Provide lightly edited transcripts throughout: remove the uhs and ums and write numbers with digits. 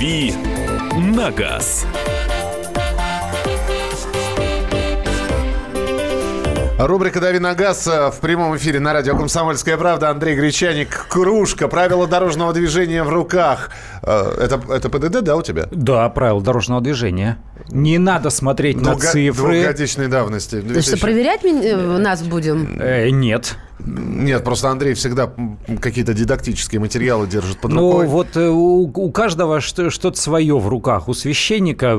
«Дави на газ». Рубрика «Дави на газ» в прямом эфире на радио «Комсомольская правда». Андрей Гречаник, кружка, правила дорожного движения в руках. Это ПДД, да, у тебя? Да, правила дорожного движения. Не надо смотреть на цифры. Двухгодичной давности. Ты что, проверять нас будем? Нет. Нет, просто Андрей всегда какие-то дидактические материалы держит под рукой. Ну, вот у каждого что-то свое в руках. У священника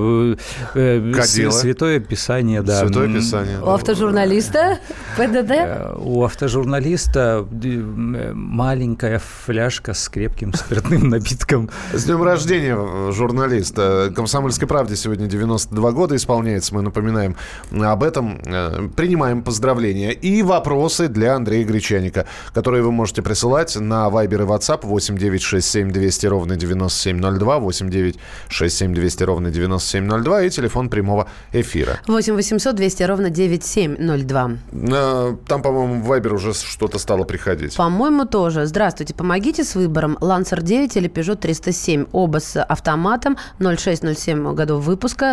Святое Писание, да. Святое Писание. У автожурналиста ПДД? У автожурналиста маленькая фляжка с крепким спиртным напитком. С днем рождения, журналист. «Комсомольской правде» сегодня 92 года исполняется. Мы напоминаем об этом. Принимаем поздравления и вопросы для Андрея Гречаника, которые вы можете присылать на Viber и WhatsApp 8 967 200 ровно 9702, 8 967 200 ровно 9702 и телефон прямого эфира. 8 800 200 ровно 9702. Там, по-моему, в Viber уже что-то стало приходить. По-моему, тоже. Здравствуйте, помогите с выбором. Lancer 9 или Peugeot 307. Оба с автоматом, 06-07 годов выпуска,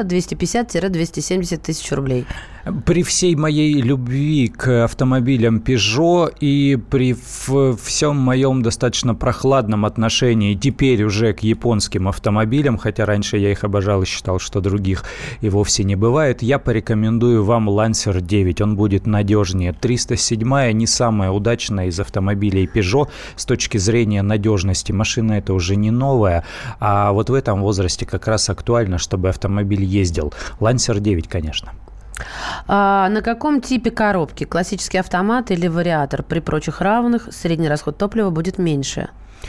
250-270 тысяч рублей. При всей моей любви к автомобилям Peugeot и при всем моем достаточно прохладном отношении теперь уже к японским автомобилям, хотя раньше я их обожал и считал, что других и вовсе не бывает, я порекомендую вам Lancer 9. Он будет надежнее. 307-я не самая удачная из автомобилей Peugeot с точки зрения надежности. Машина это уже не новая, а вот в этом возрасте как раз актуально, чтобы автомобиль ездил. Lancer 9, конечно. На каком типе коробки? Классический автомат или вариатор? При прочих равных средний расход топлива будет меньше.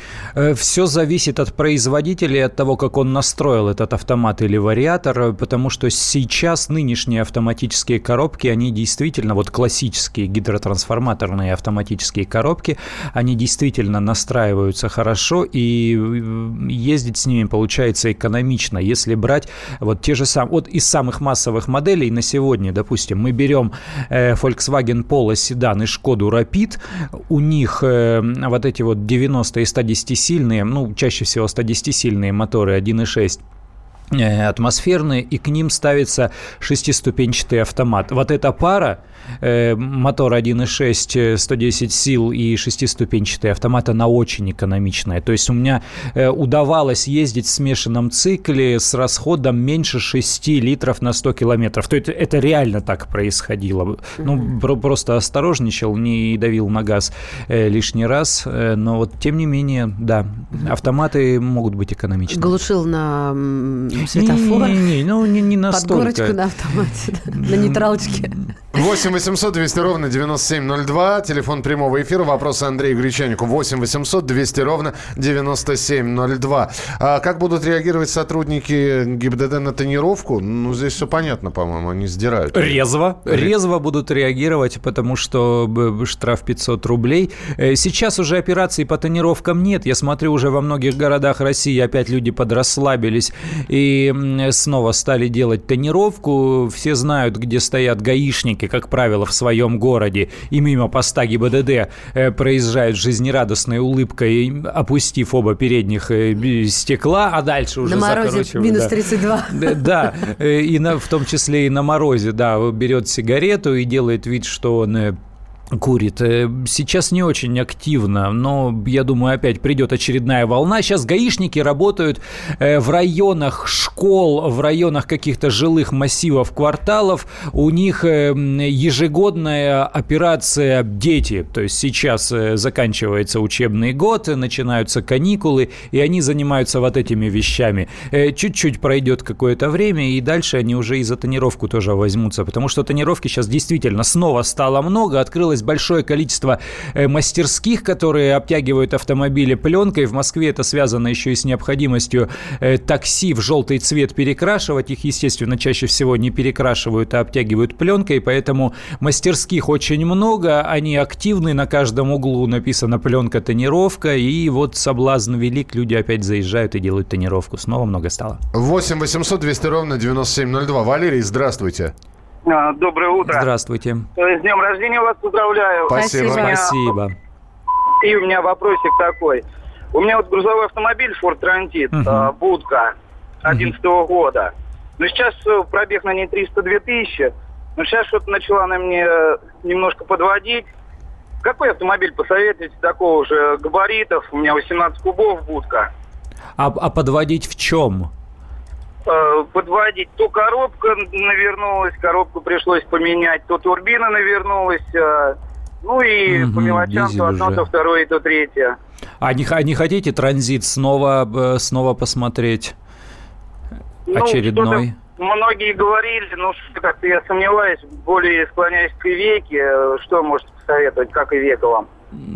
Все зависит от производителя и от того, как он настроил этот автомат или вариатор, потому что сейчас нынешние автоматические коробки, они действительно, вот классические гидротрансформаторные автоматические коробки, они действительно настраиваются хорошо и ездить с ними получается экономично. Если брать вот те же самые, вот из самых массовых моделей на сегодня, допустим, мы берем Volkswagen Polo седан и Шкоду Rapid, у них вот эти вот 90 и 110-сильные, ну, чаще всего 110-сильные моторы 1.6 атмосферные, и к ним ставится шестиступенчатый автомат. Вот эта пара, мотор 1.6, 110 сил и шестиступенчатый автомат, она очень экономичная. То есть у меня удавалось ездить в смешанном цикле с расходом меньше 6 литров на 100 километров. То есть это реально так происходило. Ну, просто осторожничал, не давил на газ лишний раз, но вот тем не менее, да, автоматы могут быть экономичными. Глушил на светофор? Не настолько. Под горочку на автомате, на нейтралочке. 8 800 200 ровно 9702. Телефон прямого эфира. Вопросы Андрею Гречанику. 8 800 200 ровно 9702. Как будут реагировать сотрудники ГИБДД на тонировку? Ну, здесь все понятно, по-моему. Они сдирают. Резво будут реагировать, потому что штраф 500 рублей. Сейчас уже операций по тонировкам нет. Я смотрю, уже во многих городах России опять люди подрасслабились и снова стали делать тонировку. Все знают, где стоят гаишники, как правило, в своем городе, и мимо поста ГИБДД проезжают с жизнерадостной улыбкой, опустив оба передних стекла, а дальше уже на морозе минус 32. Да, и в том числе и на морозе, да, берет сигарету и делает вид, что он курит. Сейчас не очень активно, но, я думаю, опять придет очередная волна. Сейчас гаишники работают в районах школ, в районах каких-то жилых массивов, кварталов. У них ежегодная операция «Дети». То есть сейчас заканчивается учебный год, начинаются каникулы, и они занимаются вот этими вещами. Чуть-чуть пройдет какое-то время, и дальше они уже и за тонировку тоже возьмутся, потому что тонировки сейчас действительно снова стало много, открылось большое количество мастерских, которые обтягивают автомобили пленкой. В Москве это связано еще и с необходимостью такси в желтый цвет перекрашивать. Их, естественно, чаще всего не перекрашивают, а обтягивают пленкой, поэтому мастерских очень много, они активны, на каждом углу написано «пленка, тонировка», и вот соблазн велик, люди опять заезжают и делают тонировку. Снова много стало. 8 800 200 ровно 9702. Валерий, здравствуйте. Доброе утро. Здравствуйте. С днем рождения вас поздравляю. Спасибо. И у меня вопросик такой. У меня вот грузовой автомобиль Ford Transit, будка. 2011 года. Но сейчас пробег на ней 302 тысячи. Но сейчас что-то начала она мне немножко подводить. Какой автомобиль посоветуете такого же габаритов? У меня 18 кубов будка. А подводить в чем? Подводить. То коробка навернулась, коробку пришлось поменять, то турбина навернулась. Ну и по мелочам то одно, то второе, то третье. А не хотите транзит снова посмотреть? Очередной? Многие говорили, как-то я сомневаюсь, более склоняюсь к Ивейке. Что можете посоветовать, как Ивейка вам?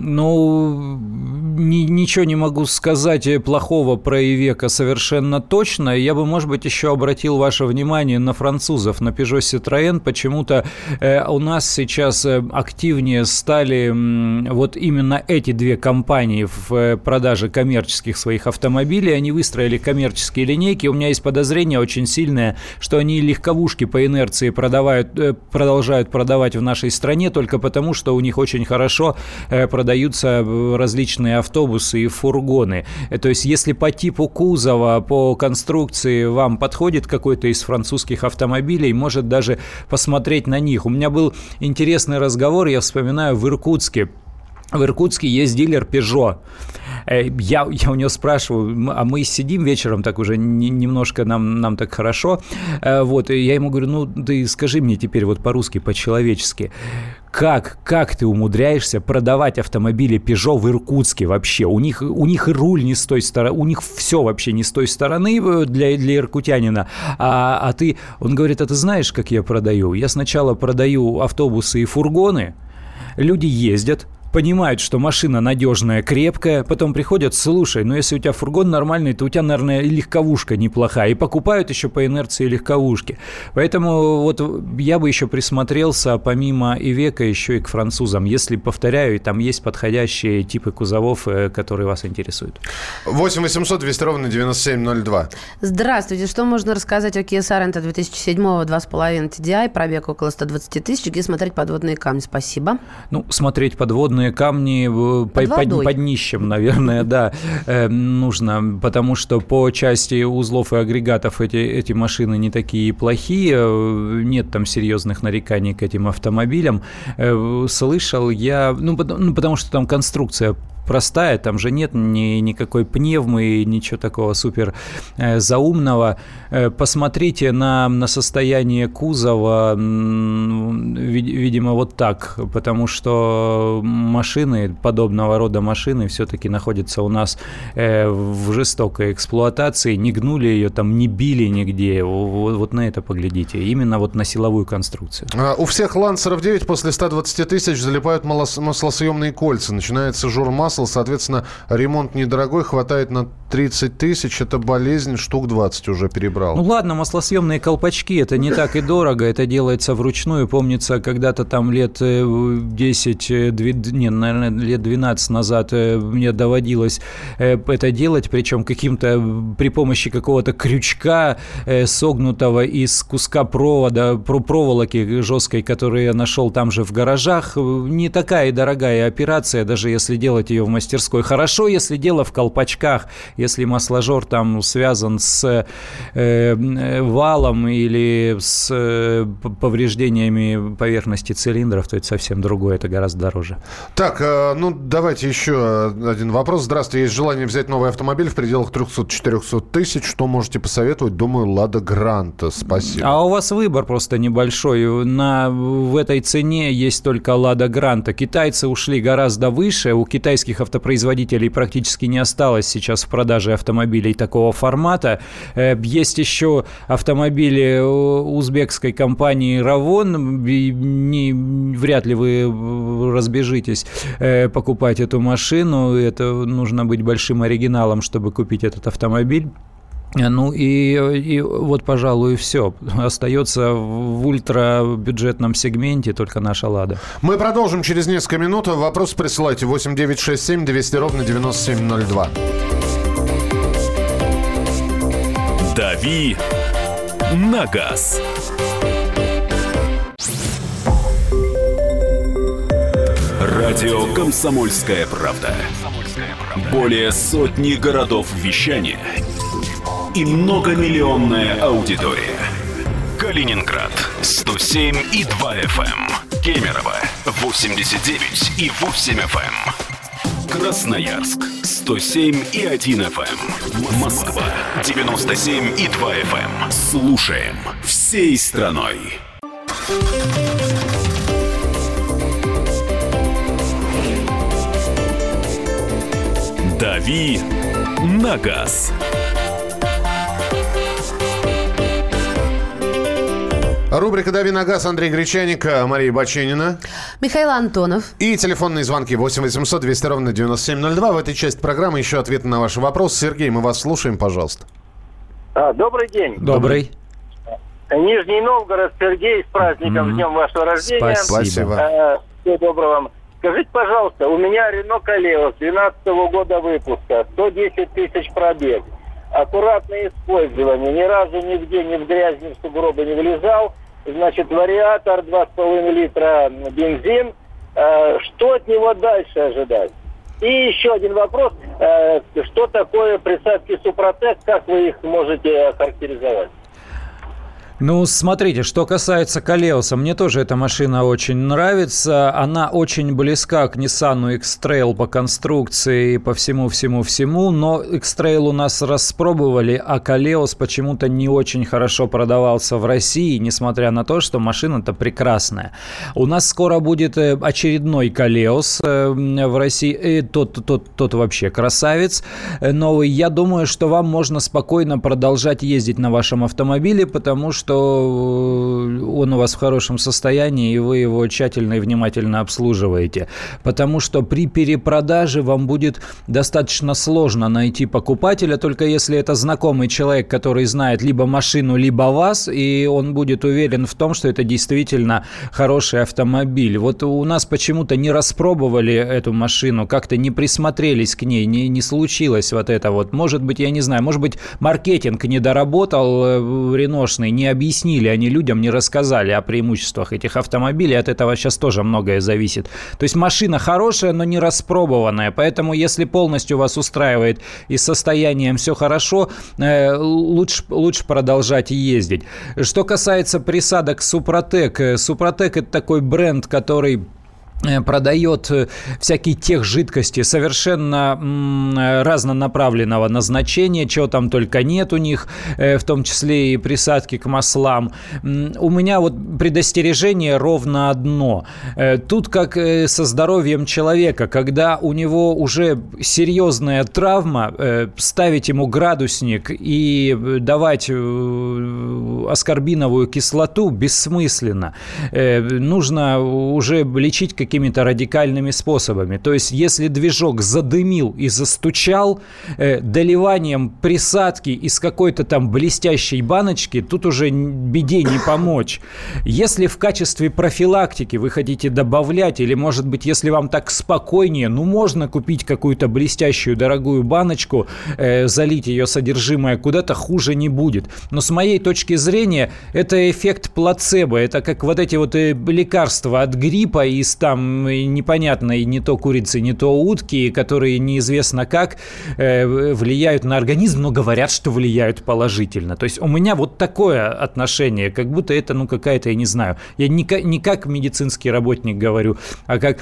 Ничего не могу сказать плохого про Ивека совершенно точно. Я бы, может быть, еще обратил ваше внимание на французов, на Peugeot Citroën. Почему-то у нас сейчас активнее стали вот именно эти две компании в продаже коммерческих своих автомобилей. Они выстроили коммерческие линейки. У меня есть подозрение очень сильное, что они легковушки по инерции продолжают продавать в нашей стране только потому, что у них очень хорошо продаются различные автобусы и фургоны. То есть, если по типу кузова, по конструкции вам подходит какой-то из французских автомобилей, может даже посмотреть на них. У меня был интересный разговор, я вспоминаю, в Иркутске. В Иркутске есть дилер Peugeot. Я у него спрашиваю, а мы сидим вечером так уже немножко, нам так хорошо. Вот, и я ему говорю, ты скажи мне теперь вот по-русски, по-человечески, как ты умудряешься продавать автомобили Peugeot в Иркутске вообще? У них и руль не с той стороны, у них все вообще не с той стороны для иркутянина. А ты, он говорит, а ты знаешь, как я продаю? Я сначала продаю автобусы и фургоны, люди ездят, понимают, что машина надежная, крепкая, потом приходят, слушай, если у тебя фургон нормальный, то у тебя, наверное, и легковушка неплохая, и покупают еще по инерции легковушки. Поэтому вот я бы еще присмотрелся, помимо Ивека, еще и к французам, если, повторяю, и там есть подходящие типы кузовов, которые вас интересуют. 8 800 200 ровно 9702. Здравствуйте, что можно рассказать о Kia Sorento 2007-го, 2.5 TDI, пробег около 120 тысяч, где смотреть подводные камни? Спасибо. Смотреть подводные камни под днищем, наверное, да, нужно, потому что по части узлов и агрегатов эти машины не такие плохие, нет там серьезных нареканий к этим автомобилям. Слышал я, потому что там конструкция простая, там же нет никакой пневмы, ничего такого супер заумного. Посмотрите на состояние кузова, видимо, вот так, потому что машины, подобного рода машины все-таки находятся у нас в жестокой эксплуатации, не гнули ее, там не били нигде, вот на это поглядите, именно вот на силовую конструкцию. У всех Лансеров 9 после 120 тысяч залипают маслосъемные кольца, начинается жор масла, соответственно, ремонт недорогой, хватает на 30 тысяч, это болезнь, штук 20 уже перебрал. Ладно, маслосъемные колпачки, это не так и дорого, это делается вручную, помнится, когда-то там лет 10, наверное, лет 12 назад мне доводилось это делать, причем при помощи какого-то крючка, согнутого из куска проволоки жесткой, которую я нашел там же в гаражах, не такая дорогая операция, даже если делать ее в мастерской. Хорошо, если дело в колпачках, если масложор там связан с валом или с повреждениями поверхности цилиндров, то это совсем другое, это гораздо дороже. Так, давайте еще один вопрос. Здравствуйте, есть желание взять новый автомобиль в пределах 300-400 тысяч. Что можете посоветовать? Думаю, Лада Гранта. Спасибо. А у вас выбор просто небольшой. В этой цене есть только Лада Гранта. Китайцы ушли гораздо выше. У китайских автопроизводителей практически не осталось сейчас в продаже автомобилей такого формата. Есть еще автомобили узбекской компании Ravon. Вряд ли вы разбежитесь покупать эту машину. Это нужно быть большим оригиналом, чтобы купить этот автомобиль. И вот, пожалуй, и все. Остается в ультрабюджетном сегменте только наша «Лада». Мы продолжим через несколько минут. Вопрос присылайте 8 967 200 ровно 9702. «Дави на газ». Радио «Комсомольская правда». Более сотни городов вещания и многомиллионная аудитория. Калининград 107,2 FM. Кемерово 89,8 FM. Красноярск 107,1 FM. Москва 97,2 FM. Слушаем всей страной. «Дави на газ». Рубрика «Дави на газ». Андрей Гречаник, Мария Баченина. Михаил Антонов. И телефонные звонки 8 800 200 ровно 9702. В этой части программы еще ответы на ваши вопросы. Сергей, мы вас слушаем, пожалуйста. Добрый день. Добрый. Нижний Новгород, Сергей, с праздником, с днем вашего рождения. Спасибо. Всего доброго вам. Скажите, пожалуйста, у меня Рено Калеос 2012 года выпуска, 110 тысяч пробег. Аккуратное использование, ни разу нигде ни в грязь, ни в сугробы не влезал. Значит, вариатор, 2,5 литра бензин. Что от него дальше ожидать? И еще один вопрос. Что такое присадки Супротек? Как вы их можете охарактеризовать? Ну, смотрите, что касается Калеоса, мне тоже эта машина очень нравится. Она очень близка к Nissan X-Trail по конструкции и по всему. Но X-Trail у нас распробовали, а Калеос почему-то не очень хорошо продавался в России, несмотря на то, что машина-то прекрасная. У нас скоро будет очередной Калеос в России. Тот вообще красавец новый. Я думаю, что вам можно спокойно продолжать ездить на вашем автомобиле, потому что он у вас в хорошем состоянии, и вы его тщательно и внимательно обслуживаете. Потому что при перепродаже вам будет достаточно сложно найти покупателя, только если это знакомый человек, который знает либо машину, либо вас, и он будет уверен в том, что это действительно хороший автомобиль. Вот у нас почему-то не распробовали эту машину, как-то не присмотрелись к ней, не случилось вот это вот. Может быть, я не знаю, может быть, маркетинг не доработал реношный, не объяснили они людям, не рассказали о преимуществах этих автомобилей. От этого сейчас тоже многое зависит. То есть машина хорошая, но не распробованная. Поэтому если полностью вас устраивает и с состоянием все хорошо, лучше продолжать ездить. Что касается присадок Супротек. Супротек – это такой бренд, который продает всякие техжидкости совершенно разнонаправленного назначения, чего там только нет у них, в том числе и присадки к маслам. У меня вот предостережение ровно одно. Тут как со здоровьем человека, когда у него уже серьезная травма, ставить ему градусник и давать аскорбиновую кислоту бессмысленно. Нужно уже лечить какими-то радикальными способами. То есть, если движок задымил и застучал, доливанием присадки из какой-то там блестящей баночки тут уже беде не помочь. Если в качестве профилактики вы хотите добавлять, или, может быть, если вам так спокойнее, можно купить какую-то блестящую дорогую баночку, залить ее содержимое куда-то, хуже не будет. Но с моей точки зрения, это эффект плацебо. Это как вот эти вот лекарства от гриппа из там непонятной не то курицы, не то утки, которые неизвестно как влияют на организм, но говорят, что влияют положительно. То есть у меня вот такое отношение, как будто это, какая-то, я не знаю, я не как медицинский работник говорю, а как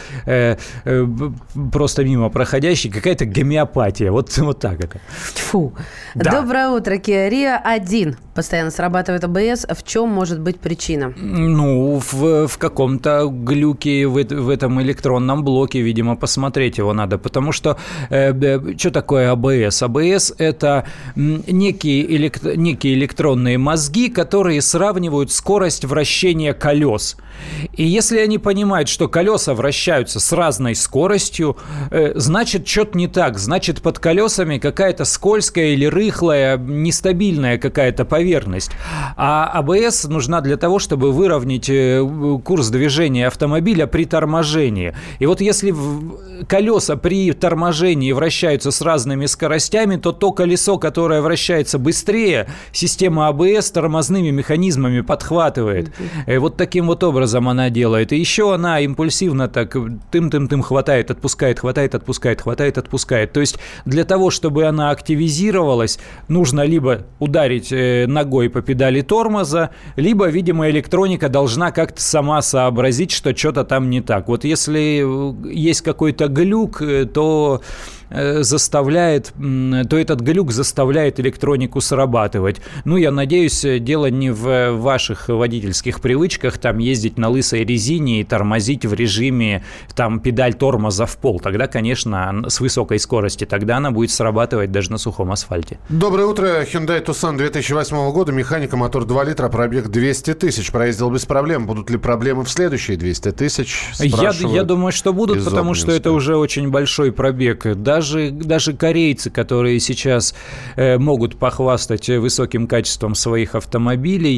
просто мимо проходящий, какая-то гомеопатия. Вот так это. Тьфу. Да. Доброе утро, Kia Rio 1. Постоянно срабатывает АБС. В чем может быть причина? В каком-то глюке в этом электронном блоке, видимо, посмотреть его надо. Потому что, что такое АБС? АБС – это некие электронные мозги, которые сравнивают скорость вращения колес. И если они понимают, что колеса вращаются с разной скоростью, значит, что-то не так. Значит, под колесами какая-то скользкая или рыхлая, нестабильная какая-то поверхность. А АБС нужна для того, чтобы выровнять курс движения автомобиля при торможении. торможении. И вот если колеса при торможении вращаются с разными скоростями, то колесо, которое вращается быстрее, система АБС тормозными механизмами подхватывает. Вот таким вот образом она делает. И еще она импульсивно так тым-тым-тым хватает, отпускает, хватает, отпускает, хватает, отпускает. То есть для того, чтобы она активизировалась, нужно либо ударить ногой по педали тормоза, либо, видимо, электроника должна как-то сама сообразить, что что-то там не так. Вот если есть какой-то глюк, то этот глюк заставляет электронику срабатывать. Ну, я надеюсь, дело не в ваших водительских привычках там ездить на лысой резине и тормозить в режиме там педаль тормоза в пол. Тогда, конечно, с высокой скорости, тогда она будет срабатывать даже на сухом асфальте. Доброе утро. Hyundai Tucson 2008 года. Механика, мотор 2 литра, пробег 200 тысяч. Проездил без проблем. Будут ли проблемы в следующие 200 тысяч? Я думаю, что будут, потому что это уже очень большой пробег. Даже корейцы, которые сейчас могут похвастать высоким качеством своих автомобилей,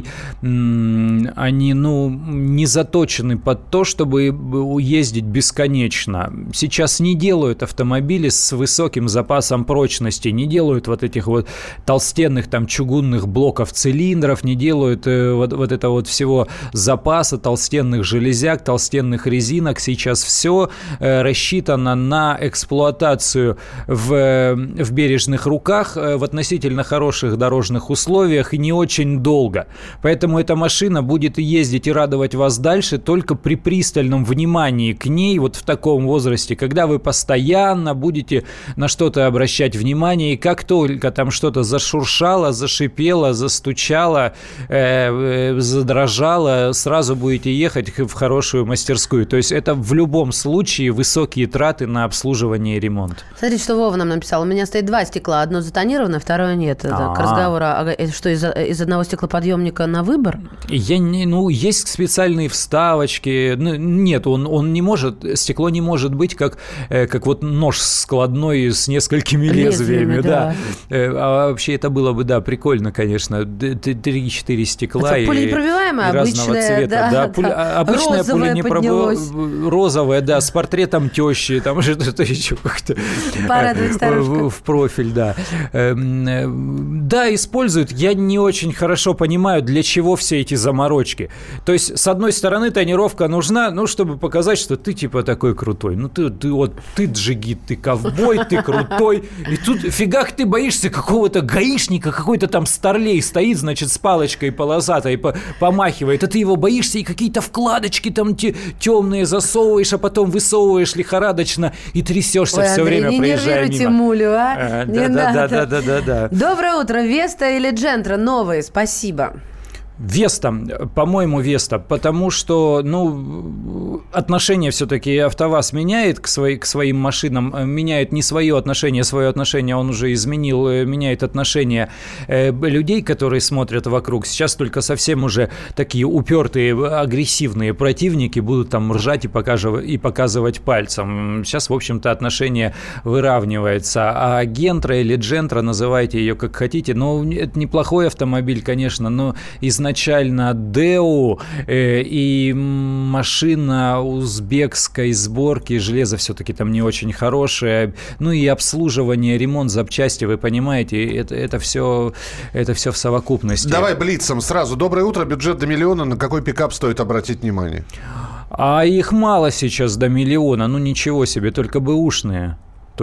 они, не заточены под то, чтобы ездить бесконечно. Сейчас не делают автомобили с высоким запасом прочности, не делают вот этих вот толстенных там чугунных блоков цилиндров, не делают вот этого вот всего запаса толстенных железяк, толстенных резинок. Сейчас все рассчитано на эксплуатацию в бережных руках, в относительно хороших дорожных условиях и не очень долго. Поэтому эта машина будет ездить и радовать вас дальше только при пристальном внимании к ней вот в таком возрасте, когда вы постоянно будете на что-то обращать внимание, и как только там что-то зашуршало, зашипело, застучало, задрожало, сразу будете ехать в хорошую мастерскую. То есть это в любом случае высокие траты на обслуживание и ремонт. Смотрите, что Вова нам написал. У меня стоит 2 стекла. Одно затонированное, второе нет. Это к разговору. Что, из одного стеклоподъемника на выбор? Есть специальные вставочки. Нет, он не может... Стекло не может быть как вот нож складной с несколькими лезвиями. Да. А вообще это было бы, прикольно, конечно. 3-4 стекла и разного цвета. Да. Обычная пуленепробиваемая. Розовая, да, с портретом тещи. Там что-то еще как-то... В профиль, да. Да, используют. Я не очень хорошо понимаю, для чего все эти заморочки. То есть, с одной стороны, тонировка нужна, чтобы показать, что ты типа такой крутой. Ты джигит, ты ковбой, ты крутой. И тут фигак ты боишься какого-то гаишника, какой-то там старлей стоит, значит, с палочкой полосатой помахивает. А ты его боишься и какие-то вкладочки там темные засовываешь, а потом высовываешь лихорадочно и трясешься все время, проезжая мимо. Мулю, не надо. Да. Доброе утро. Веста или Джентра? Новые, спасибо. Веста, по-моему, Веста, потому что, отношение все-таки АвтоВАЗ меняет к своим машинам, меняет не свое отношение он уже изменил, меняет отношение людей, которые смотрят вокруг. Сейчас только совсем уже такие упертые, агрессивные противники будут там ржать и показывать пальцем. Сейчас, в общем-то, отношение выравнивается. А Гентра или Джентра, называйте ее как хотите, это неплохой автомобиль, конечно, но изначально Дэу и машина узбекской сборки, железо все-таки там не очень хорошее, и обслуживание, ремонт, запчасти, вы понимаете, это все в совокупности. Давай блицом сразу. Доброе утро, бюджет до 1 миллиона, на какой пикап стоит обратить внимание? А их мало сейчас до 1 миллиона, ничего себе, только бэушные.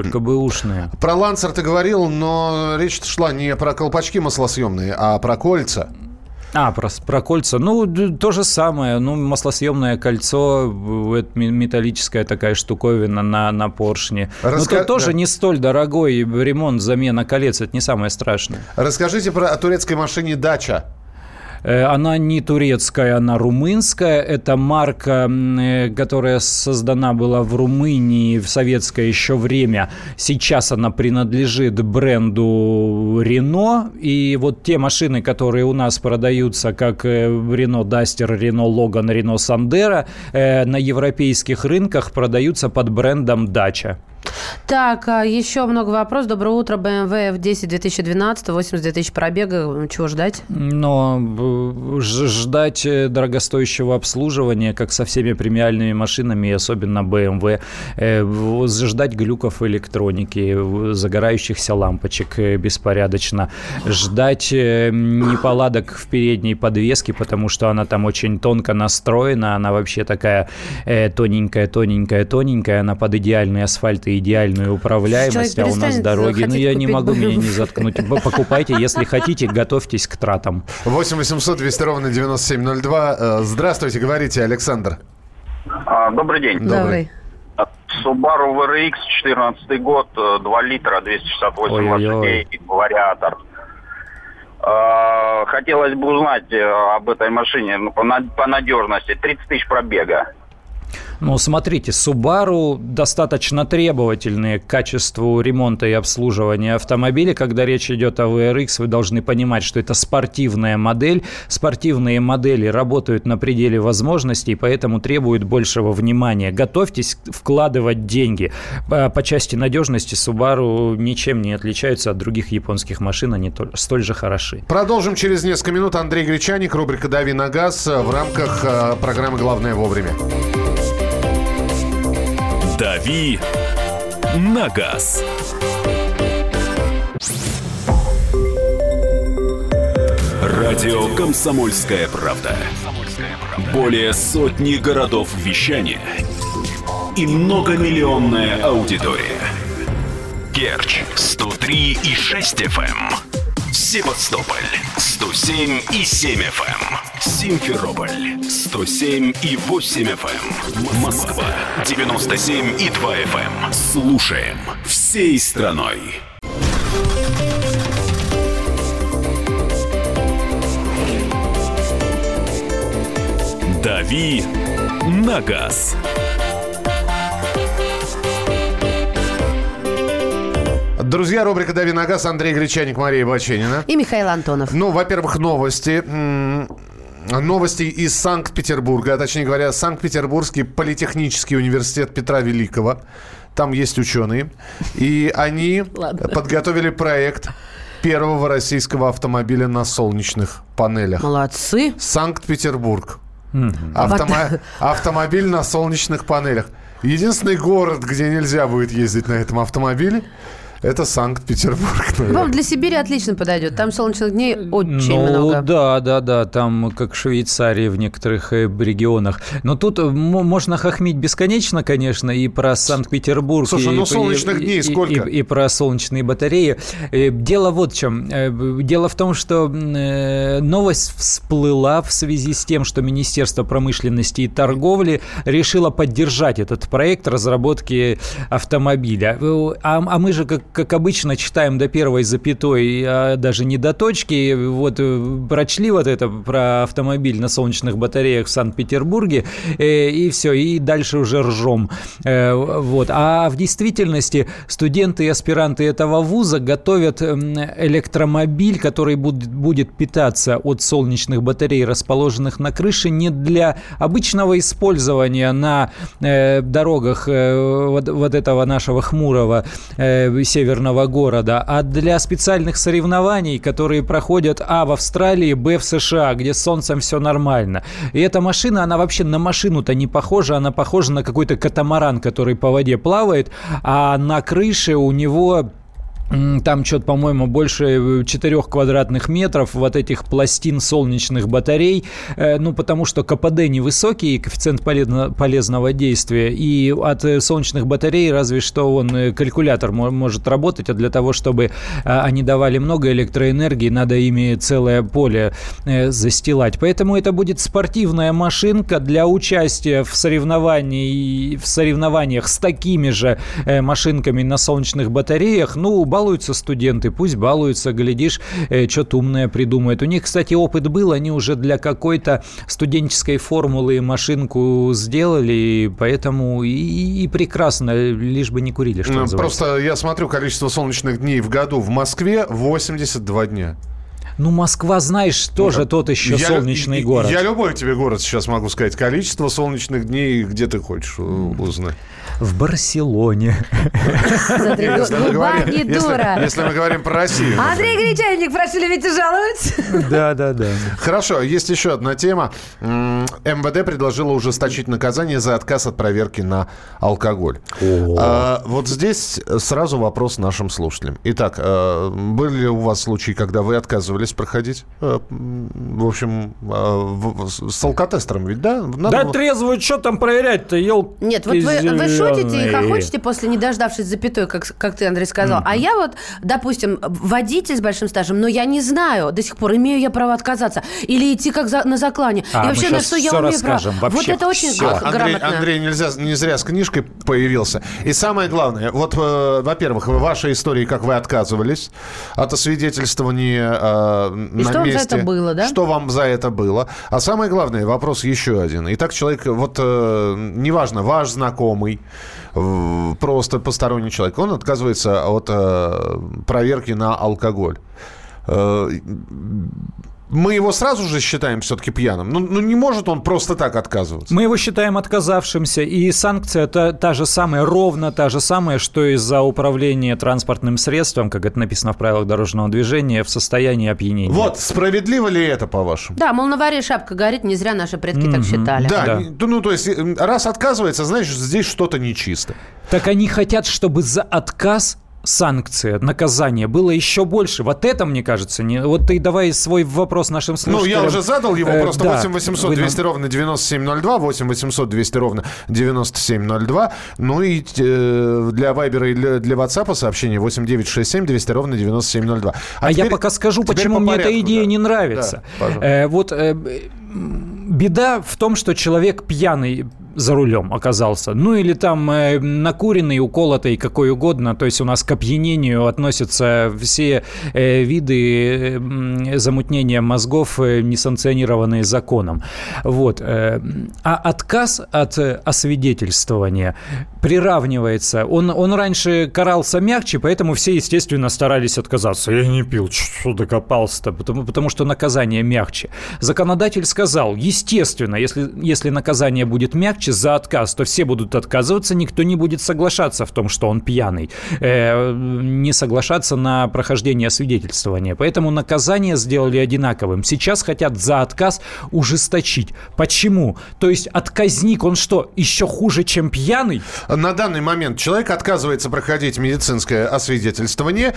Про Лансер ты говорил, но речь шла не про колпачки маслосъемные, а про кольца. Про кольца. То же самое. Маслосъемное кольцо, металлическая такая штуковина на поршне. Это тоже не столь дорогой ремонт, замена колец. Это не самое страшное. Расскажите о турецкой машине «Дача». Она не турецкая, она румынская. Это марка, которая создана была в Румынии в советское еще время. Сейчас она принадлежит бренду Renault. И вот те машины, которые у нас продаются, как Renault Duster, Renault Logan, Renault Sandero, на европейских рынках продаются под брендом Dacia. Так, еще много вопросов. Доброе утро. BMW F10 2012, 82 тысячи пробега. Чего ждать? Но ждать дорогостоящего обслуживания, как со всеми премиальными машинами, особенно BMW, ждать глюков электроники, загорающихся лампочек беспорядочно, ждать неполадок в передней подвеске, потому что она там очень тонко настроена, она вообще такая тоненькая, она под идеальный асфальт и идеальную управляемость, а у нас дороги. Ну, я не могу меня не заткнуть. Покупайте, если хотите, готовьтесь к тратам. 8 800 200 ровно 9702. Здравствуйте, говорите, Александр. Добрый день. Добрый. Subaru VRX, 14 год, 2 литра, 268 лошадей, вариатор. Хотелось бы узнать об этой машине по надежности. 30 тысяч пробега. Ну, смотрите, Subaru достаточно требовательные к качеству ремонта и обслуживания автомобиля. Когда речь идет о VRX, вы должны понимать, что это спортивная модель. Спортивные модели работают на пределе возможностей, поэтому требуют большего внимания. Готовьтесь вкладывать деньги. По части надежности Subaru ничем не отличаются от других японских машин, они столь же хороши. Продолжим через несколько минут. Андрей Гречаник, рубрика «Дави на газ» в рамках программы «Главное вовремя». «Дави на газ». Радио «Комсомольская правда». Более сотни городов вещания и многомиллионная аудитория. Керчь 103,6 FM. Севастополь 107,7 FM. Симферополь 107,8 FM. Москва 97,2 FM. Слушаем всей страной. «Дави на газ». Друзья, рубрика «Дави на газ». Андрей Гречаник, Мария Баченина. И Михаил Антонов. Ну, во-первых, новости. Новости из Санкт-Петербурга, а точнее говоря, Санкт-Петербургский политехнический университет Петра Великого. Там есть ученые. И они подготовили проект первого российского автомобиля на солнечных панелях. Молодцы. Санкт-Петербург. Автомобиль на солнечных панелях. Единственный город, где нельзя будет ездить на этом автомобиле, это Санкт-Петербург. Вам для Сибири отлично подойдет. Там солнечных дней очень много. Да. Там как Швейцария в некоторых регионах. Но тут можно хохмить бесконечно, конечно, и про Санкт-Петербург. Слушай, солнечных дней сколько? И про солнечные батареи. Дело вот в чем. Дело в том, что новость всплыла в связи с тем, что Министерство промышленности и торговли решило поддержать этот проект разработки автомобиля. А мы же, как обычно, читаем до первой запятой, а даже не до точки. Вот прочли вот это про автомобиль на солнечных батареях в Санкт-Петербурге, и все, и дальше уже ржем. Вот. А в действительности студенты и аспиранты этого вуза готовят электромобиль, который будет питаться от солнечных батарей, расположенных на крыше, не для обычного использования на дорогах вот этого нашего хмурого северного города, а для специальных соревнований, которые проходят в Австралии, в США, где с солнцем все нормально. И эта машина, она вообще на машину-то не похожа, она похожа на какой-то катамаран, который по воде плавает, а на крыше у него... Там что-то, по-моему, больше 4 квадратных метров вот этих пластин солнечных батарей, потому что КПД невысокий, коэффициент полезного действия, и от солнечных батарей разве что калькулятор может работать, а для того, чтобы они давали много электроэнергии, надо ими целое поле застилать. Поэтому это будет спортивная машинка для участия в соревнованиях с такими же машинками на солнечных батареях. Балуются студенты, пусть балуются, глядишь, что-то умное придумают. У них, кстати, опыт был, они уже для какой-то студенческой формулы машинку сделали, поэтому и прекрасно, лишь бы не курили, что называется. Просто я смотрю количество солнечных дней в году в Москве 82 дня. Москва, знаешь, тоже тот еще солнечный город. Я любой тебе город сейчас могу сказать. Количество солнечных дней, где ты хочешь узнать. В Барселоне. Губа не дура. Если мы говорим про Россию. Андрей Гречаник, прошу любить и жаловать. Да. Хорошо, есть еще одна тема. МВД предложило ужесточить наказание за отказ от проверки на алкоголь. Вот здесь сразу вопрос нашим слушателям. Итак, были ли у вас случаи, когда вы отказывались проходить? В общем, с алкотестером ведь, да? Да трезвую, что там проверять-то, елки. Нет, вот вы шутите и хохочете после не дождавшись запятой, как ты, Андрей, сказал. А я вот, допустим, водитель с большим стажем, но я не знаю до сих пор, имею я право отказаться или идти как на заклане. И вообще, на что я умею право. Вот это очень грамотно. Андрей не зря с книжкой появился. И самое главное, вот, во-первых, ваши истории, как вы отказывались от освидетельствования на месте. Что вам за это было, да? Что вам за это было? А самое главное, вопрос еще один. Итак, человек, вот, неважно, ваш знакомый, просто посторонний человек, он отказывается от проверки на алкоголь. Мы его сразу же считаем все-таки пьяным. Ну, не может он просто так отказываться. Мы его считаем отказавшимся, и санкция та же самая, ровно та же самая, что и за управление транспортным средством, как это написано в правилах дорожного движения, в состоянии опьянения. Вот, справедливо ли это, по-вашему? Да, мол, на варе шапка горит, не зря наши предки так считали. Да, ну, то есть, раз отказывается, значит, здесь что-то нечисто. Так они хотят, чтобы за отказ санкция, наказание было еще больше. Вот это, мне кажется, не... Вот ты давай свой вопрос нашим слушателям. Ну, я уже задал его, просто 8 800 200 ровно 9702, 8 800 200 ровно 9702. Ну и для Вайбера и для WhatsApp сообщение 8 967 200 ровно 9702. А теперь, я пока скажу, почему мне эта идея не нравится. Да, беда в том, что человек пьяный за рулем оказался. Ну, или там накуренный, уколотый, какой угодно. То есть у нас к опьянению относятся все виды замутнения мозгов, несанкционированные законом. Вот. А отказ от освидетельствования приравнивается. Он раньше карался мягче, поэтому все, естественно, старались отказаться. Я не пил, что докопался-то? Потому что наказание мягче. Законодатель сказал, естественно, если наказание будет мягче за отказ, то все будут отказываться, никто не будет соглашаться в том, что он пьяный, не соглашаться на прохождение освидетельствования. Поэтому наказание сделали одинаковым. Сейчас хотят за отказ ужесточить. Почему? То есть отказник, он что, еще хуже, чем пьяный? На данный момент человек отказывается проходить медицинское освидетельствование,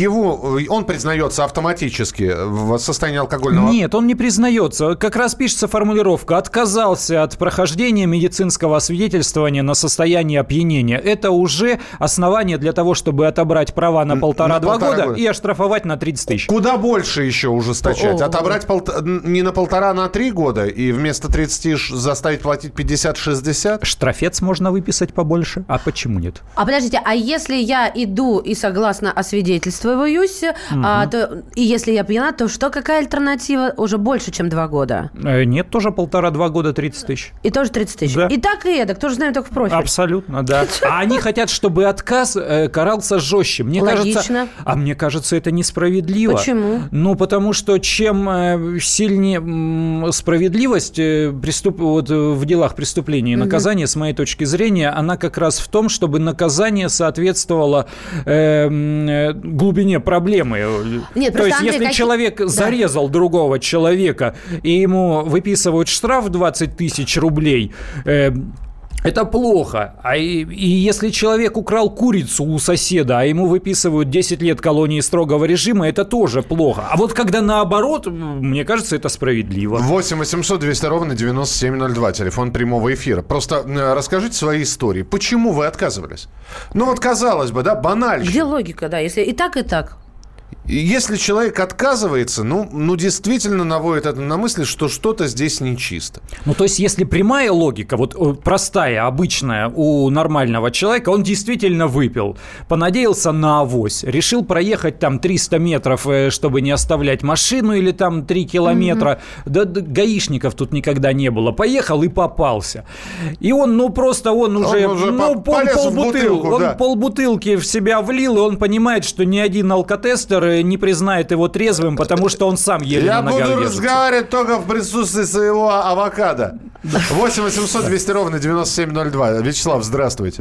он признается автоматически в состоянии алкогольного... Нет, он не признается. Как раз пишется формулировка: отказался от прохождения медицинского освидетельствования на состояние опьянения. Это уже основание для того, чтобы отобрать права на 1,5-2 года и оштрафовать на 30 тысяч. Куда больше еще ужесточать? Отобрать не на 1,5, а на 3 года и вместо 30 заставить платить 50-60? Штрафец можно выписать побольше. А почему нет? А подождите, а если я иду и согласно освидетельствуюсь, и если я пьяна, то что, какая альтернатива? Уже больше, чем 2 года? Нет, тоже 1,5-2 года 30 тысяч. И тоже 30 тысяч? Да. И так, и эдак, тоже знаем только в профиль. Абсолютно, да. А они хотят, чтобы отказ карался жестче. Логично. Мне кажется, это несправедливо. Почему? Ну, потому что чем сильнее справедливость в делах преступления и наказания, с моей точки зрения, она как раз в том, чтобы наказание соответствовало глубине проблемы. Нет, то есть, если человек зарезал другого человека, и ему выписывают штраф 20 тысяч рублей, это плохо. И если человек украл курицу у соседа, а ему выписывают 10 лет колонии строгого режима, это тоже плохо. А вот когда наоборот, мне кажется, это справедливо. 8 800 200 ровно 9702, телефон прямого эфира. Просто расскажите свои истории. Почему вы отказывались? Ну вот, казалось бы, да, банально. Где логика, да, если и так, и так? Если человек отказывается, ну действительно наводит это на мысль, что что-то здесь нечисто. Ну, то есть, если прямая логика, вот простая, обычная у нормального человека, он действительно выпил, понадеялся на авось, решил проехать там 300 метров, чтобы не оставлять машину, или там 3 километра, да, гаишников тут никогда не было, поехал и попался. И он, полбутылки в себя влил, и он понимает, что ни один алкотестер не признает его трезвым, потому что он сам еле на ногах держится. Я буду разговаривать только в присутствии своего авокадо. 8 800 200 ровно 9702. Вячеслав, здравствуйте.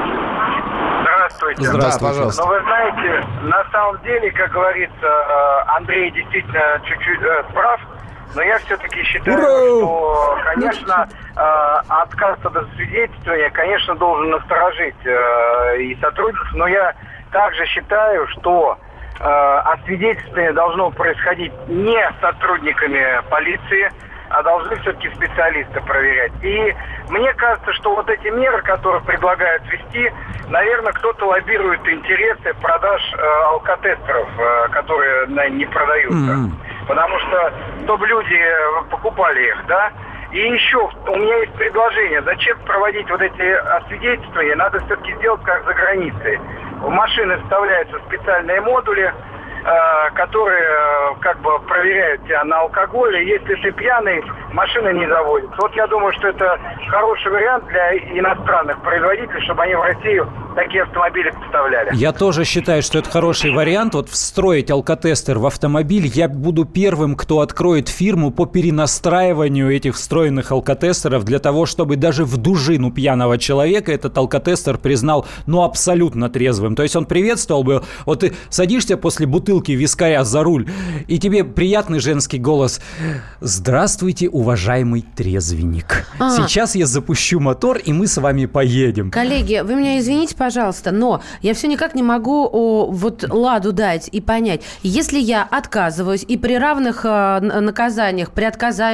Здравствуйте. Да, пожалуйста. Но вы знаете, на самом деле, как говорится, Андрей действительно чуть-чуть прав, но я все-таки считаю, что, конечно, отказ от освидетельствования, конечно, должен насторожить и сотрудников, но я также считаю, что освидетельствование должно происходить не сотрудниками полиции, а должны все-таки специалисты проверять. И мне кажется, что вот эти меры, которые предлагают ввести, наверное, кто-то лоббирует интересы продаж алкотестеров, которые не продаются. Потому что, чтобы люди покупали их, да. И еще у меня есть предложение. Зачем проводить вот эти освидетельствования? Надо все-таки сделать как за границей. В машины вставляются специальные модули, которые как бы проверяют тебя на алкоголь, и если ты пьяный, машина не заводится. Вот я думаю, что это хороший вариант для иностранных производителей, чтобы они в Россию такие автомобили поставляли. Я тоже считаю, что это хороший вариант. Вот встроить алкотестер в автомобиль. Я буду первым, кто откроет фирму по перенастраиванию этих встроенных алкотестеров для того, чтобы даже в дужину пьяного человека этот алкотестер признал, абсолютно трезвым. То есть он приветствовал бы, вот ты садишься после бутылки вискаря за руль, и тебе приятный женский голос: «Здравствуйте, уважаемый трезвенник. Сейчас я запущу мотор, и мы с вами поедем». Коллеги, вы меня извините, пожалуйста, но я все никак не могу ладу дать и понять. Если я отказываюсь и при равных наказаниях, при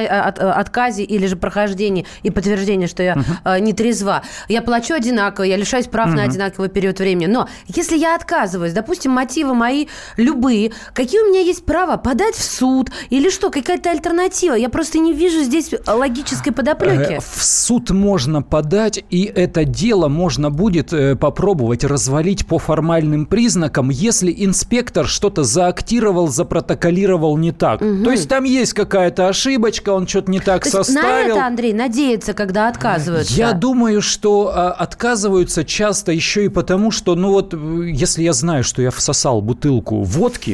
отказе или же прохождении и подтверждении, что я не трезва, я плачу одинаково, я лишаюсь прав на одинаковый период времени. Но если я отказываюсь, допустим, мотивы мои любые, какие у меня есть права? Подать в суд или что? Какая-то альтернатива? Я просто не вижу здесь логической подоплеки. В суд можно подать, и это дело можно будет попробовать развалить по формальным признакам, если инспектор что-то заактировал, запротоколировал не так. То есть там есть какая-то ошибочка, он что-то не так составил. На это, Андрей, надеется, когда отказываются? Я думаю, что отказываются часто еще и потому, что, если я знаю, что я всосал бутылку водки,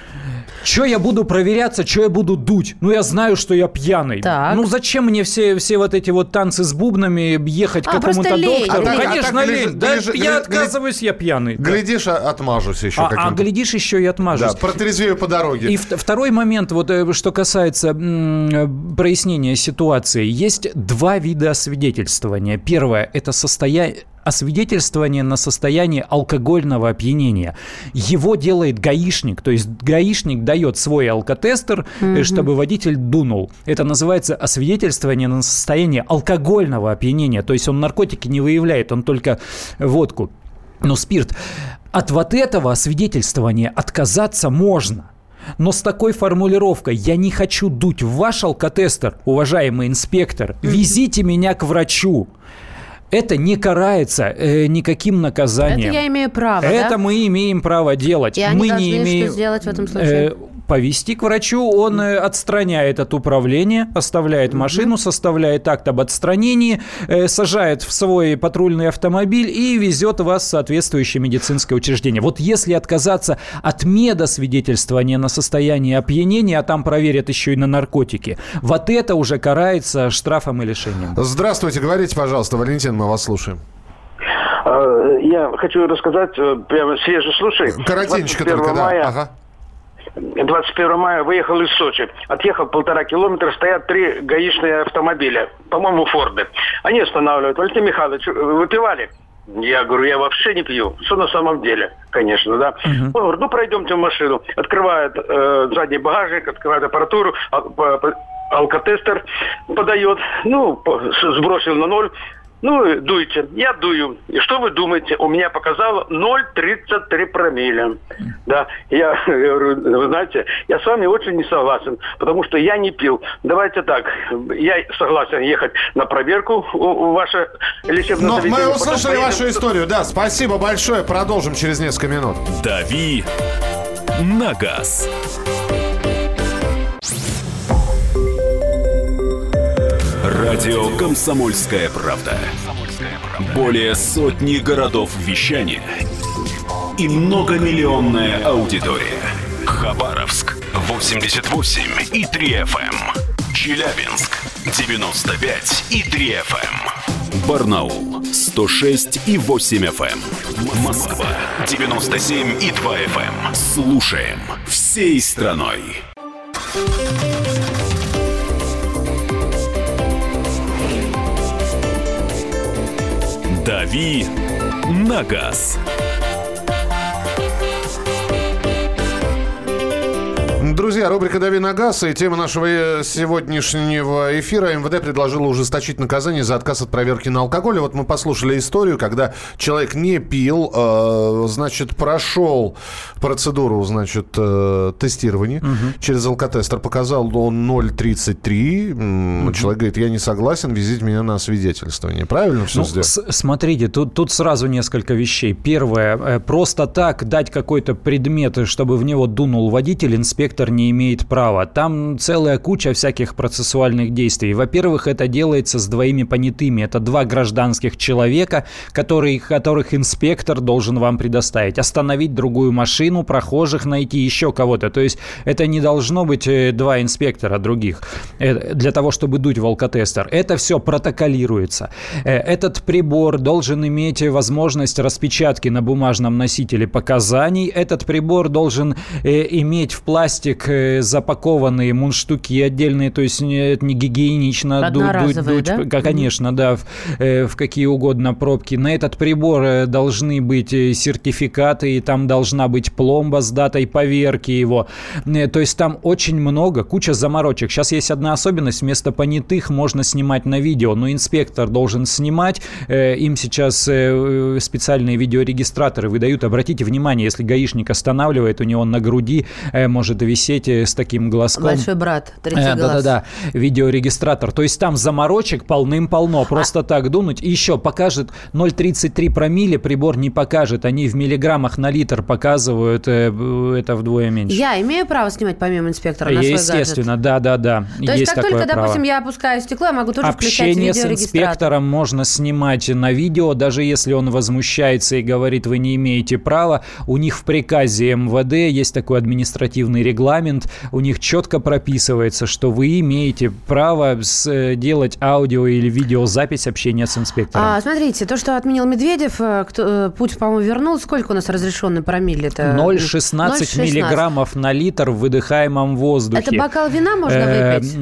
что я буду проверяться, что я буду дуть? Я знаю, что я пьяный. Так. Зачем мне все вот эти вот танцы с бубнами, ехать к какому-то доктору? Конечно, лень. Я отказываюсь, я пьяный. Глядишь, отмажусь еще каким-то. Глядишь, еще и отмажусь. Да, протрезвею по дороге. И второй момент, что касается прояснения ситуации. Есть два вида освидетельствования. Первое – это освидетельствование на состояние алкогольного опьянения. Его делает гаишник, то есть гаишник дает свой алкотестер, чтобы водитель дунул. Это называется освидетельствование на состояние алкогольного опьянения, то есть он наркотики не выявляет, он только водку, спирт. От вот этого освидетельствования отказаться можно. Но с такой формулировкой: «Я не хочу дуть в ваш алкотестер, уважаемый инспектор, везите меня к врачу». Это не карается никаким наказанием. Это я имею право, Это мы имеем право делать. И они должны что сделать в этом случае? Повезти к врачу, он отстраняет от управления, оставляет машину, составляет акт об отстранении, сажает в свой патрульный автомобиль и везет вас в соответствующее медицинское учреждение. Вот если отказаться от медосвидетельствования на состояние опьянения, а там проверят еще и на наркотики, вот это уже карается штрафом и лишением. Здравствуйте, говорите, пожалуйста, Валентин, мы вас слушаем. Я хочу рассказать прямо свежий случай. Коротенько только, да. 21 мая выехал из Сочи. Отъехал 1,5 километра, стоят 3 гаишные автомобиля. По-моему, Форды. Они останавливают. Валентин Михайлович, выпивали? Я говорю, я вообще не пью. Что на самом деле? Конечно, да. Он говорит, пройдемте в машину. Открывает задний багажник, открывает аппаратуру, алкотестер подает. Сбросил на 0. Дуйте. Я дую. И что вы думаете? У меня показало 0,33 промилле. Да. Я говорю, вы знаете, я с вами очень не согласен, потому что я не пил. Давайте так. Я согласен ехать на проверку в ваше лечебное заведение. Мы услышали вашу историю. Да, спасибо большое. Продолжим через несколько минут. Дави на газ. Радио «Комсомольская правда». Более сотни городов вещания и многомиллионная аудитория. Хабаровск 88,3 FM. Челябинск 95,3 FM. Барнаул 106,8 FM. Москва 97,2 FM. Слушаем всей страной. «Дави на газ». Друзья, рубрика «Дави на газ» и тема нашего сегодняшнего эфира. МВД предложила ужесточить наказание за отказ от проверки на алкоголь. Вот мы послушали историю, когда человек не пил, значит, прошел процедуру, значит, тестирования через алкотестер. Показал он 0,33. Человек говорит, я не согласен, везите меня на освидетельствование. Правильно все сделал? Смотрите, тут сразу несколько вещей. Первое, просто так дать какой-то предмет, чтобы в него дунул водитель, инспектор не имеет права. Там целая куча всяких процессуальных действий. Во-первых, это делается с двоими понятыми. Это два гражданских человека, которых инспектор должен вам предоставить. Остановить другую машину, прохожих найти, еще кого-то. То есть это не должно быть два инспектора других для того, чтобы дуть в алкотестер. Это все протоколируется. Этот прибор должен иметь возможность распечатки на бумажном носителе показаний. Этот прибор должен иметь в пластик запакованные мундштуки отдельные, то есть это не гигиенично. Одноразовые, да? Конечно, да, в какие угодно пробки. На этот прибор должны быть сертификаты, и там должна быть пломба с датой поверки его. То есть там очень много, куча заморочек. Сейчас есть одна особенность, вместо понятых можно снимать на видео, но инспектор должен снимать. Им сейчас специальные видеорегистраторы выдают. Обратите внимание, если гаишник останавливает, у него на груди может висеть с таким глазком. Большой брат, третий глаз. Да-да-да, видеорегистратор. То есть там заморочек полным-полно. Просто так дунуть. И еще покажет 0,33 промилле, прибор не покажет. Они в миллиграммах на литр показывают, это вдвое меньше. Я имею право снимать помимо инспектора на свой гаджет? Естественно, да. То есть как только, допустим, я опускаю стекло, я могу тоже включать видеорегистратор? Общение с инспектором можно снимать на видео, даже если он возмущается и говорит, вы не имеете права. У них в приказе МВД есть такой административный регламент, у них четко прописывается, что вы имеете право делать аудио или видеозапись общения с инспектором. Смотрите, то, что отменил Медведев, путь, по-моему, вернул. Сколько у нас разрешенный промилле-то? 0,16 миллиграммов на литр в выдыхаемом воздухе. Это бокал вина можно выпить?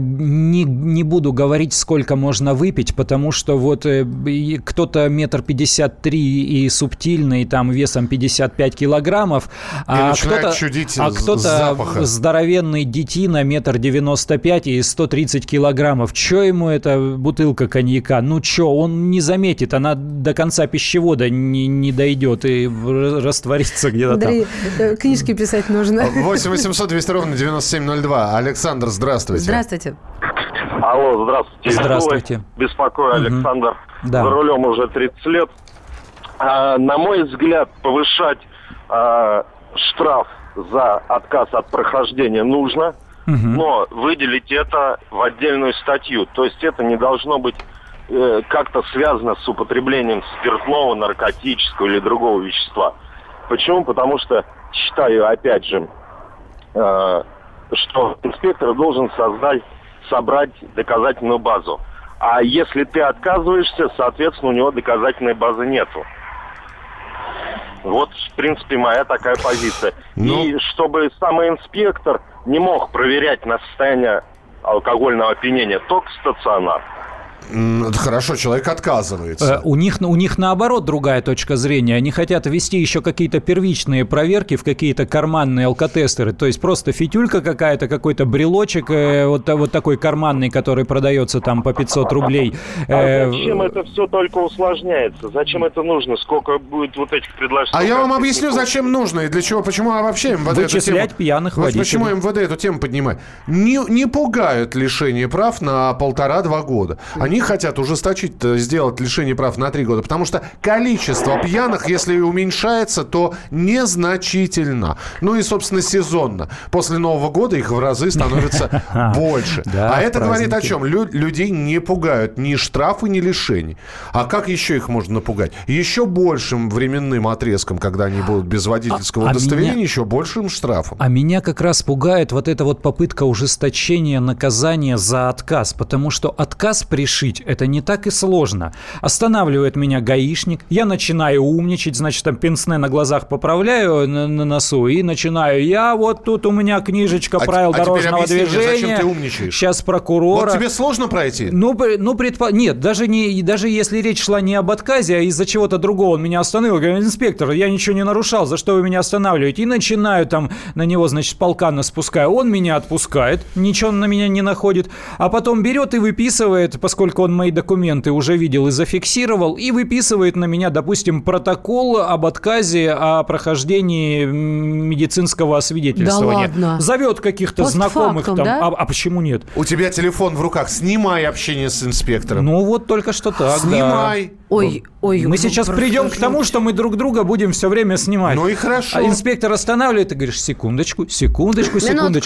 Не буду говорить, сколько можно выпить, потому что вот кто-то 1,53 м и субтильный, там весом 55 килограммов, а кто-то здоровенный детина 1,95 м и 130 килограммов. Че ему эта бутылка коньяка? Ну че, он не заметит, она до конца пищевода не дойдет и растворится где-то Андрей, там. Книжки писать нужно. 8 800 200 ровно 9702. Александр, здравствуйте. Здравствуйте. Алло, здравствуйте. Здравствуйте. Беспокою, Александр. Да. За рулем уже 30 лет. На мой взгляд, повышать штраф за отказ от прохождения нужно, но выделить это в отдельную статью. То есть это не должно быть как-то связано с употреблением спиртного, наркотического или другого вещества. Почему? Потому что считаю, опять же, что инспектор должен собрать доказательную базу. А если ты отказываешься, соответственно, у него доказательной базы нету. Вот, в принципе, моя такая позиция. И чтобы самый инспектор не мог проверять на состояние алкогольного опьянения, только стационар. Хорошо, человек отказывается. У них наоборот другая точка зрения. Они хотят ввести еще какие-то первичные проверки в какие-то карманные алкотестеры. То есть просто фитюлька какая-то, какой-то брелочек вот такой карманный, который продается там по 500 рублей. Зачем это все только усложняется? Зачем это нужно? Сколько будет вот этих предложений? А я вам объясню, зачем нужно и для чего. Почему вообще МВД вычислять пьяных водителей. Почему МВД эту тему поднимает? Не пугают лишение прав на 1,5-2 года. Они хотят ужесточить, сделать лишение прав на 3 года, потому что количество пьяных, если и уменьшается, то незначительно. Ну и, собственно, сезонно. После Нового года их в разы становится больше. А это говорит о чем? Людей не пугают ни штрафы, ни лишений. А как еще их можно напугать? Еще большим временным отрезком, когда они будут без водительского удостоверения, еще большим штрафом. А меня как раз пугает вот эта вот попытка ужесточения наказания за отказ, потому что отказ пришить – это не так и сложно. Останавливает меня гаишник, я начинаю умничать, значит, там пенсне на глазах поправляю на носу и начинаю. Я вот тут у меня книжечка правил дорожного движения. Зачем ты умничаешь? Сейчас прокурора. Вот тебе сложно пройти? Нет, даже если речь шла не об отказе, а из-за чего-то другого. Он меня остановил, говорит: инспектор, я ничего не нарушал, за что вы меня останавливаете? И начинаю там на него, значит, полкана спускаю. Он меня отпускает, ничего на меня не находит. А потом берет и выписывает, поскольку он мои документы уже видел и зафиксировал, и выписывает на меня, допустим, протокол об отказе о прохождении медицинского освидетельствования. Да ладно? Зовет каких-то знакомых там. Да? А почему нет? У тебя телефон в руках. Снимай общение с инспектором. Ну вот только что так. Снимай. Да. Ой, мы сейчас придем к тому, что мы друг друга будем все время снимать. Ну и хорошо. А инспектор останавливает и говоришь: секундочку, Минутку,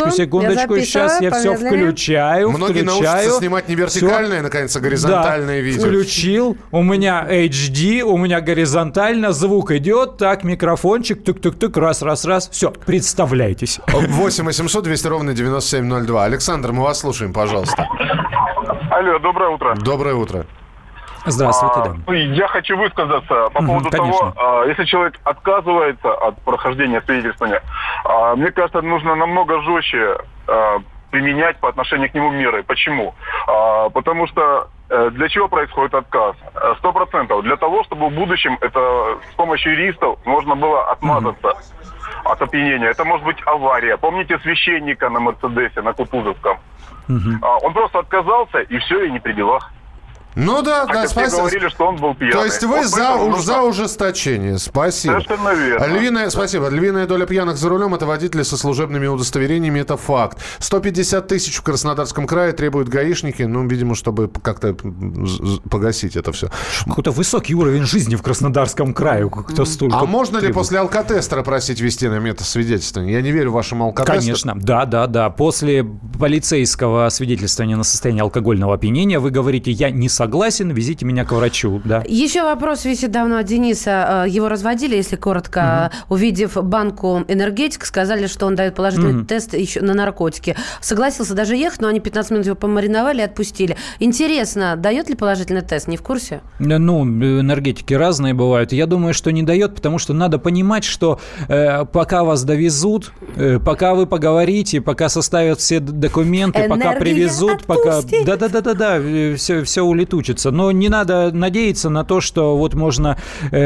сейчас я все включаю. Многие научатся снимать не вертикальное, наконец, а горизонтальное видео. Включил, у меня HD, у меня горизонтально, звук идет, так, микрофончик, тук-тук-тук, раз, все, представляйтесь. 8 800 200 ровно 9702. Александр, мы вас слушаем, пожалуйста. Алло, доброе утро. Доброе утро. Здравствуйте, да. Я хочу высказаться по поводу того, если человек отказывается от прохождения свидетельствования, мне кажется, нужно намного жестче применять по отношению к нему меры. Почему? Потому что для чего происходит отказ? 100%. Для того, чтобы в будущем это с помощью юристов можно было отмазаться от опьянения. Это может быть авария. Помните священника на Мерседесе, на Кутузовском? Он просто отказался, и все, и не при делах. Ну да, хотя спасибо. Все говорили, что он был пьяный. То есть вы за ужесточение. Спасибо. Совершенно верно. Спасибо. Львиная доля пьяных за рулем — это водители со служебными удостоверениями, это факт. 150 тысяч в Краснодарском крае требуют гаишники, видимо, чтобы как-то погасить это все. Какой-то высокий уровень жизни в Краснодарском крае. Кто столько А можно требует? ли после алкотестера просить вести на метасвидетельствование? Я не верю вашему алкотестеру. Конечно, да. После полицейского свидетельствования на состояние алкогольного опьянения вы говорите: я не согласен, везите меня к врачу. Да. Еще вопрос висит давно от Дениса. Его разводили, если коротко. Увидев банку энергетик, сказали, что он дает положительный тест еще на наркотики. Согласился даже ехать, но они 15 минут его помариновали и отпустили. Интересно, дает ли положительный тест? Не в курсе? Энергетики разные бывают. Я думаю, что не дает, потому что надо понимать, что пока вас довезут, пока вы поговорите, пока составят все документы, пока привезут, пока... Да, все улетучится. Но не надо надеяться на то, что вот можно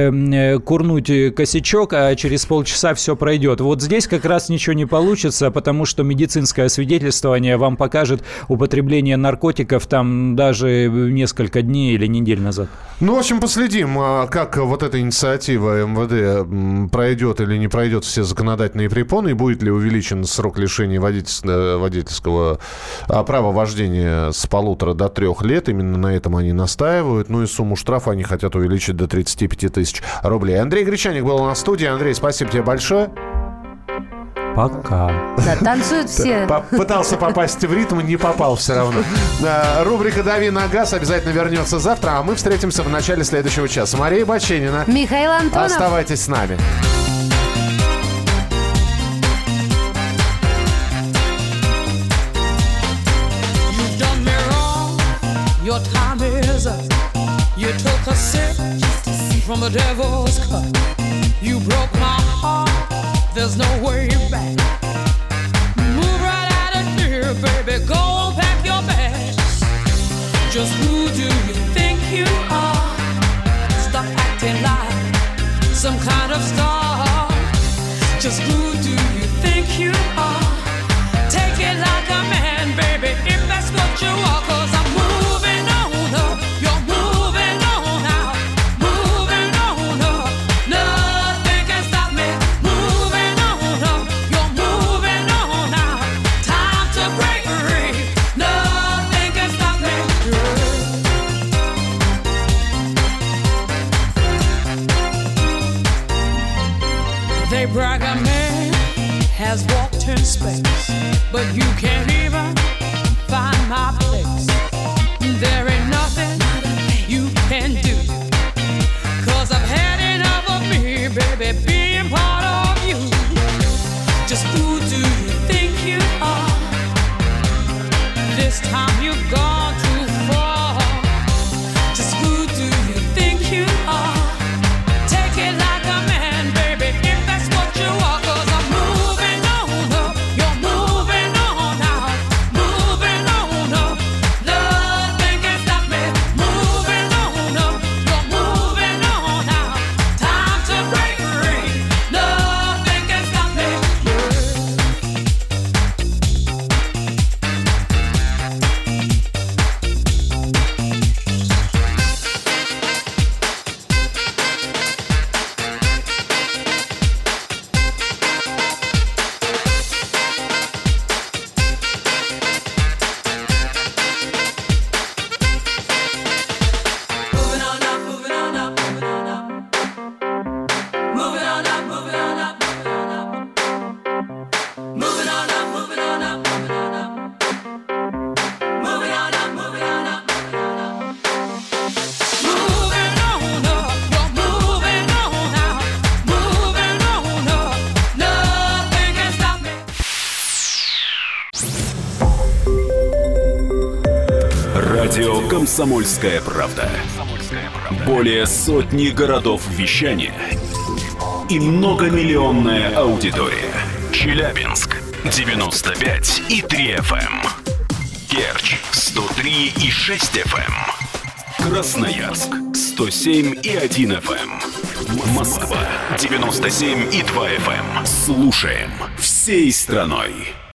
курнуть косячок, а через полчаса все пройдет. Вот здесь как раз ничего не получится, потому что медицинское свидетельствование вам покажет употребление наркотиков там даже несколько дней или недель назад. В общем, последим, как вот эта инициатива МВД пройдет или не пройдет все законодательные препоны, и будет ли увеличен срок лишения водительского права вождения с 1,5 до 3 лет. Именно на этом они настаивают. И сумму штрафа они хотят увеличить до 35 тысяч рублей. Андрей Гречаник был у нас в студии. Андрей, спасибо тебе большое. Пока. Да, танцуют все. Пытался попасть в ритм, не попал все равно. Рубрика «Дави на газ» обязательно вернется завтра, а мы встретимся в начале следующего часа. Мария Баченина. Михаил Антонов. Оставайтесь с нами. Your time is up. You took a sip from the devil's cup. You broke my heart. There's no way back. Move right out of here, baby. Go pack your bags. Just who do you think you are? Stop acting like some kind of star. Just who do you think you are? Take it like a man, baby, if that's what you are. 'Cause I'm moving on up. You're moving on out. Moving on up. Nothing can stop me. Moving on up. You're moving on out. Time to break free. Nothing can stop me. They brag a man has walked in space, but you can't even find my place. There ain't nothing you can do, 'cause I've had enough of me, baby, being part of you. Just who do you think you are? This time you've gone too far. Just who do you think you are? Take it like a man, baby, if that's what you are. 'Cause I'm moving on up, you're moving on out, moving on up. Nothing can stop me. Moving on up, you're moving on out. Time to break free. Nothing can stop me. Moving on up, moving on up, moving on up. Moving on up, moving on up, moving on up. Moving on up, moving on up, moving on up. Moving on up, moving on up, moving on up. Moving on up, you're moving on out. Moving on up, nothing can stop me. Радио «Комсомольская правда». Более сотни городов вещания и многомиллионная аудитория. Челябинск 95,3 FM. Керчь 103,6 FM. Красноярск 107,1 FM. Москва 97,2 FM. Слушаем всей страной.